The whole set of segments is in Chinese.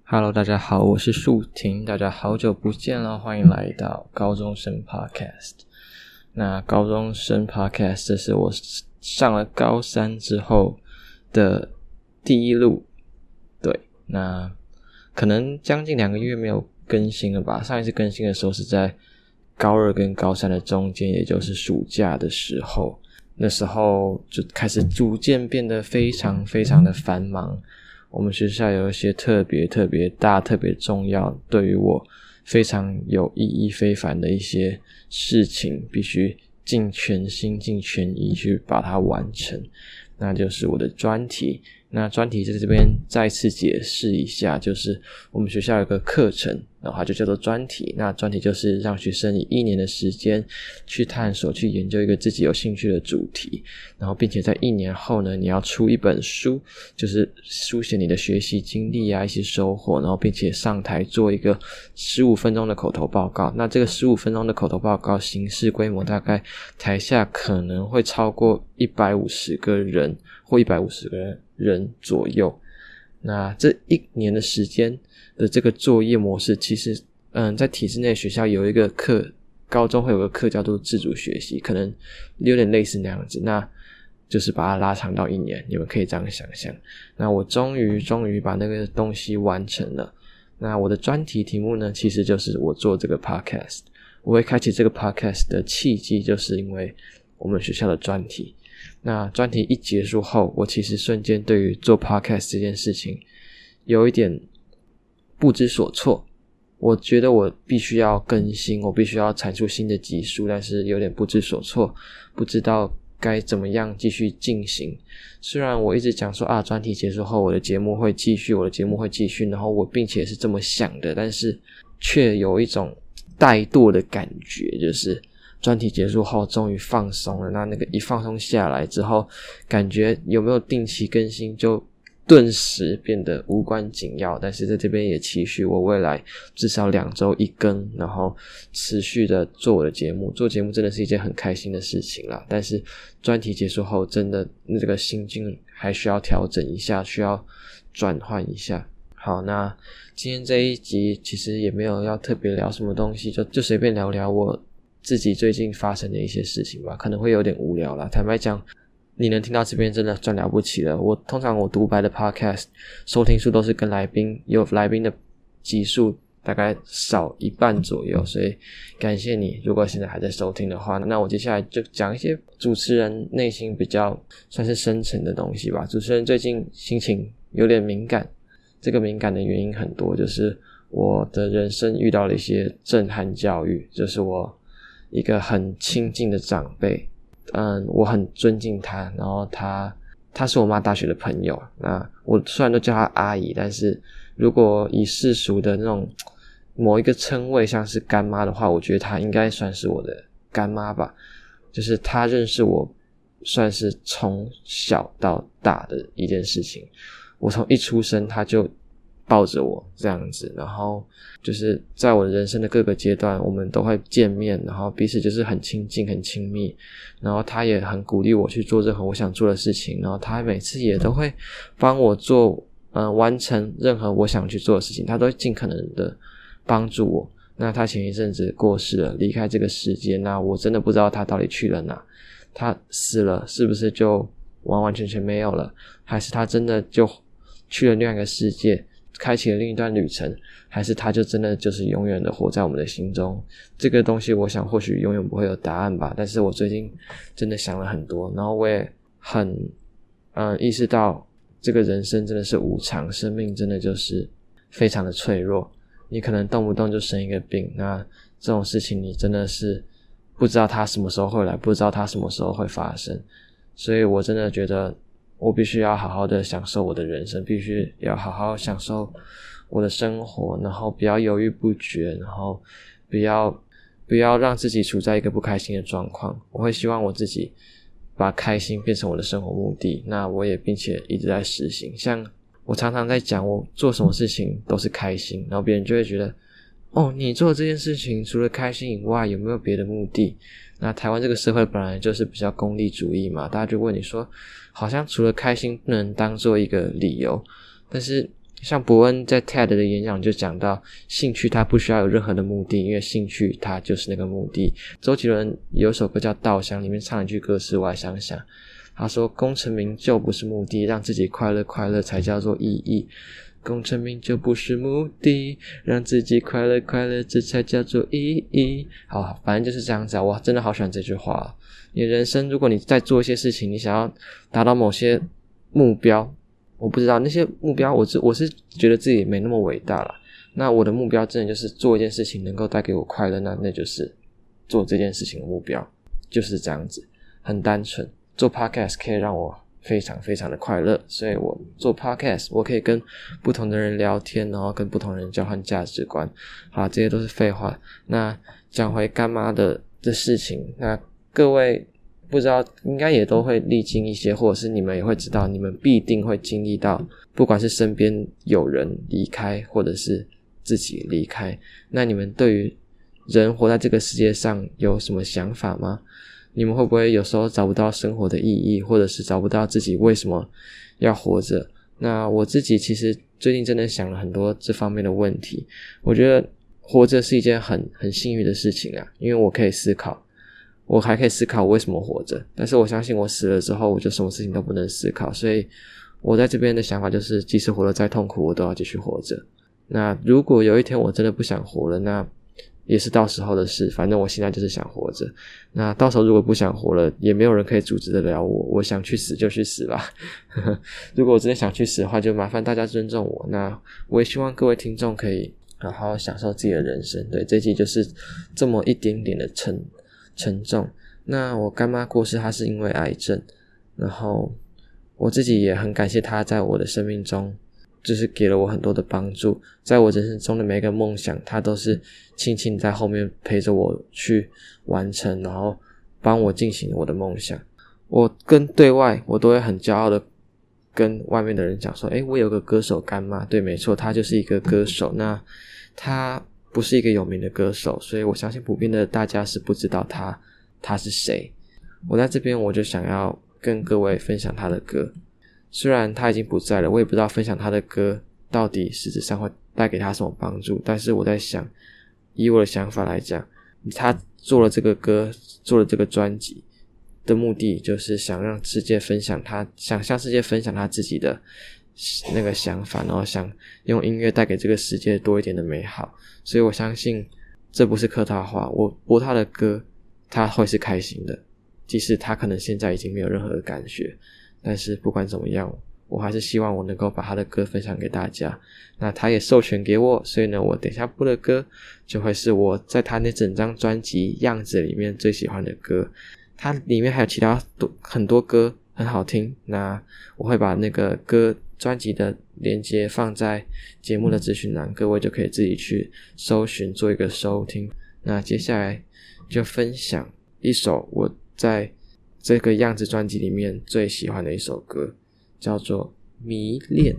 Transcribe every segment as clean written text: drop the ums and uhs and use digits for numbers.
Hello， 大家好，我是树婷，大家好久不见了，欢迎来到高中生 Podcast。那高中生 Podcast 这是我上了高三之后的第一录，对，那可能将近2个月没有更新了吧，上一次更新的时候是在高2跟高3的中间，也就是暑假的时候，那时候就开始逐渐变得非常的繁忙。我们学校有一些特别大、特别重要，对于我非常有意义非凡的一些事情，必须尽全心、尽全意去把它完成。那就是我的专题。那专题在这边再次解释一下，就是我们学校有个课程，然后它就叫做专题。那专题就是让学生以1年的时间去探索、去研究一个自己有兴趣的主题，然后并且在1年后呢，你要出一本书，就是书写你的学习经历啊、一些收获，然后并且上台做一个15分钟的口头报告。那这个15分钟的口头报告形式规模大概台下可能会超过150个人或150个人左右。那这1年的时间的这个作业模式，其实在体制内学校有一个课，高中会有个课叫做自主学习，可能有点类似那样子，那就是把它拉长到1年，你们可以这样想象。那我终于把那个东西完成了。那我的专题题目呢，其实就是我做这个 podcast。我会开启这个 podcast 的契机，就是因为我们学校的专题。那专题一结束后，我其实瞬间对于做 podcast 这件事情有一点不知所措。我觉得我必须要更新，我必须要产出新的集数，但是有点不知所措，不知道该怎么样继续进行。虽然我一直讲说专题结束后我的节目会继续，然后我并且是这么想的，但是却有一种怠惰的感觉，就是专题结束后终于放松了，那个一放松下来之后，感觉有没有定期更新就顿时变得无关紧要。但是在这边也期许我未来至少2周1更，然后持续的做我的节目。做节目真的是一件很开心的事情啦，但是专题结束后真的这个心境还需要调整一下，需要转换一下。好，那今天这一集其实也没有要特别聊什么东西，就随便聊聊我自己最近发生的一些事情吧，可能会有点无聊啦。坦白讲，你能听到这边真的算了不起了。通常我独白的 podcast 收听数都是跟有来宾的集数大概少1半左右，所以感谢你，如果现在还在收听的话。那我接下来就讲一些主持人内心比较算是深层的东西吧。主持人最近心情有点敏感，这个敏感的原因很多，就是我的人生遇到了一些震撼教育，就是我一个很亲近的长辈，我很尊敬他，然后他是我妈大学的朋友。那我虽然都叫他阿姨，但是如果以世俗的那种某一个称谓像是干妈的话，我觉得他应该算是我的干妈吧。就是他认识我算是从小到大的一件事情，我从一出生他就抱着我这样子，然后就是在我的人生的各个阶段我们都会见面，然后彼此就是很亲近很亲密，然后他也很鼓励我去做任何我想做的事情，然后他每次也都会帮我做完成任何我想去做的事情，他都会尽可能的帮助我。那他前一阵子过世了，离开这个世界，那我真的不知道他到底去了哪，他死了是不是就完全没有了，还是他真的就去了另外一个世界，开启了另一段旅程，还是他就真的就是永远的活在我们的心中。这个东西我想或许永远不会有答案吧，但是我最近真的想了很多，然后我也很意识到这个人生真的是无常，生命真的就是非常的脆弱，你可能动不动就生一个病，那这种事情你真的是不知道它什么时候会来，不知道它什么时候会发生。所以我真的觉得我必须要好好的享受我的人生，必须要好好享受我的生活，然后不要犹豫不决，然后不要让自己处在一个不开心的状况。我会希望我自己把开心变成我的生活目的，那我也并且一直在实行。像我常常在讲我做什么事情都是开心，然后别人就会觉得你做这件事情除了开心以外有没有别的目的。那台湾这个社会本来就是比较功利主义嘛，大家就问你说好像除了开心不能当做一个理由，但是像伯恩在 TED 的演讲就讲到，兴趣它不需要有任何的目的，因为兴趣它就是那个目的。周杰伦有首歌叫《稻香》，里面唱一句歌词我还想想，他说功成名就不是目的，让自己快乐快乐才叫做意义。功成名就不是目的，让自己快乐快乐这才叫做意义。好，反正就是这样子啊，我真的好喜欢这句话。你的人生如果你在做一些事情，你想要达到某些目标，我不知道那些目标，我是觉得自己没那么伟大啦。那我的目标真的就是做一件事情能够带给我快乐，那就是做这件事情的目标，就是这样子，很单纯。做 podcast 可以让我非常非常的快乐，所以我做 podcast 我可以跟不同的人聊天，然后跟不同人交换价值观。好，这些都是废话。那讲回干妈的事情，那各位不知道应该也都会历经一些，或者是你们也会知道，你们必定会经历到，不管是身边有人离开或者是自己离开，那你们对于人活在这个世界上有什么想法吗？你们会不会有时候找不到生活的意义，或者是找不到自己为什么要活着？那我自己其实最近真的想了很多这方面的问题。我觉得活着是一件很幸运的事情啊，因为我可以思考，我还可以思考我为什么活着。但是我相信我死了之后，我就什么事情都不能思考，所以我在这边的想法就是，即使活得再痛苦，我都要继续活着。那如果有一天我真的不想活了，那也是到时候的事，反正我现在就是想活着。那到时候如果不想活了，也没有人可以阻止得了我，我想去死就去死吧。如果我真的想去死的话，就麻烦大家尊重我。那我也希望各位听众可以好好享受自己的人生。对，这集就是这么一点点的沉重。那我干妈过世，她是因为癌症，然后我自己也很感谢她在我的生命中就是给了我很多的帮助，在我人生中的每一个梦想，她都是轻轻在后面陪着我去完成，然后帮我进行我的梦想。我跟对外我都会很骄傲的跟外面的人讲说，我有个歌手干妈，对，没错，她就是一个歌手。那她不是一个有名的歌手，所以我相信普遍的大家是不知道她是谁。我在这边我就想要跟各位分享她的歌，虽然他已经不在了，我也不知道分享他的歌到底实质上会带给他什么帮助，但是我在想，以我的想法来讲，他做了这个歌，做了这个专辑的目的就是想让世界分享想向世界分享他自己的那个想法，然后想用音乐带给这个世界多一点的美好。所以我相信这不是客套话，我播他的歌他会是开心的，即使他可能现在已经没有任何的感觉，但是不管怎么样，我还是希望我能够把他的歌分享给大家。那他也授权给我，所以呢，我等一下播的歌就会是我在他那整张专辑样子里面最喜欢的歌。它里面还有其他很多歌很好听，那我会把那个歌专辑的连结放在节目的资讯栏，各位就可以自己去搜寻做一个收听。那接下来就分享一首我在这个样子专辑里面最喜欢的一首歌，叫做《迷恋》。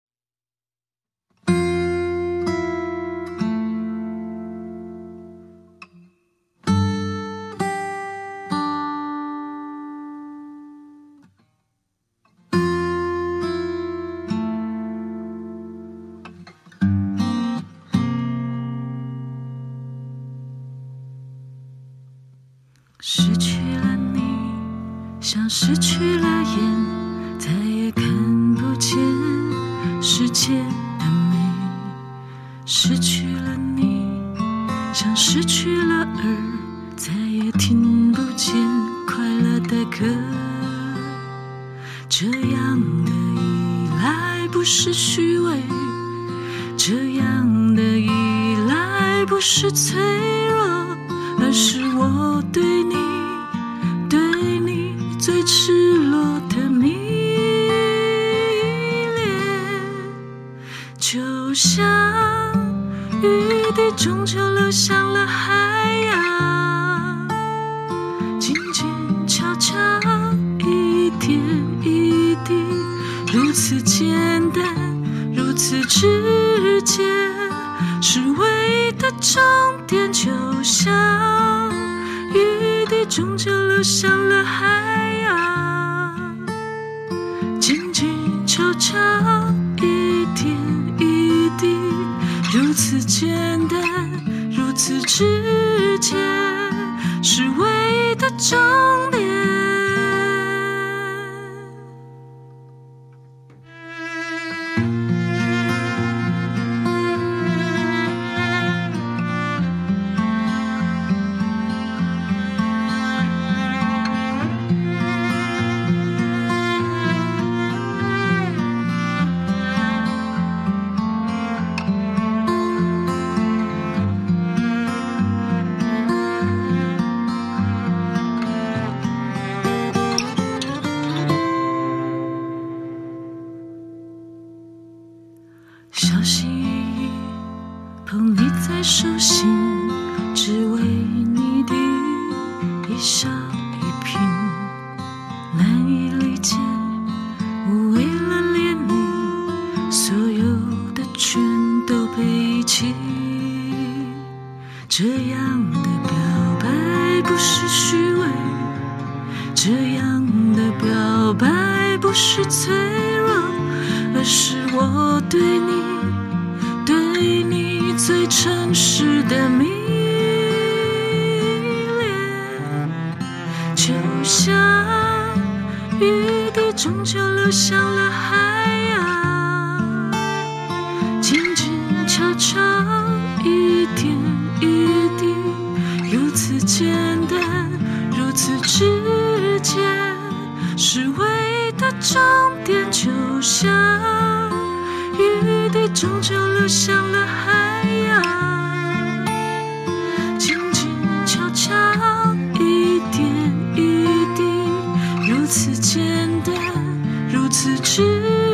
失去了你，像失去了眼，再也看不见世界的美。失去了你，像失去了耳，再也听不见快乐的歌。这样的依赖不是虚伪，这样的依赖不是脆弱，而是我对你最赤裸的迷恋。就像雨滴终究流向了海洋，静静悄悄一点一滴，如此简单，如此直接，是唯一的终点。就像雨滴终究流向了海洋，静静悄悄一点滴，如此简单，如此直接，是唯一的终点。小心翼翼捧你在手心，只为你的一笑一颦，难以理解，我为了恋你，所有的全都背弃。这样的表白不是虚伪，这样的表白不是脆弱，而是我对你最诚实的迷恋。就像雨滴终究流向了海洋，静静悄悄，一点一滴，如此简单，如此直接，是唯一的终点。就像雨滴终究流向了海洋，静静悄悄，一点一滴，如此简单，如此直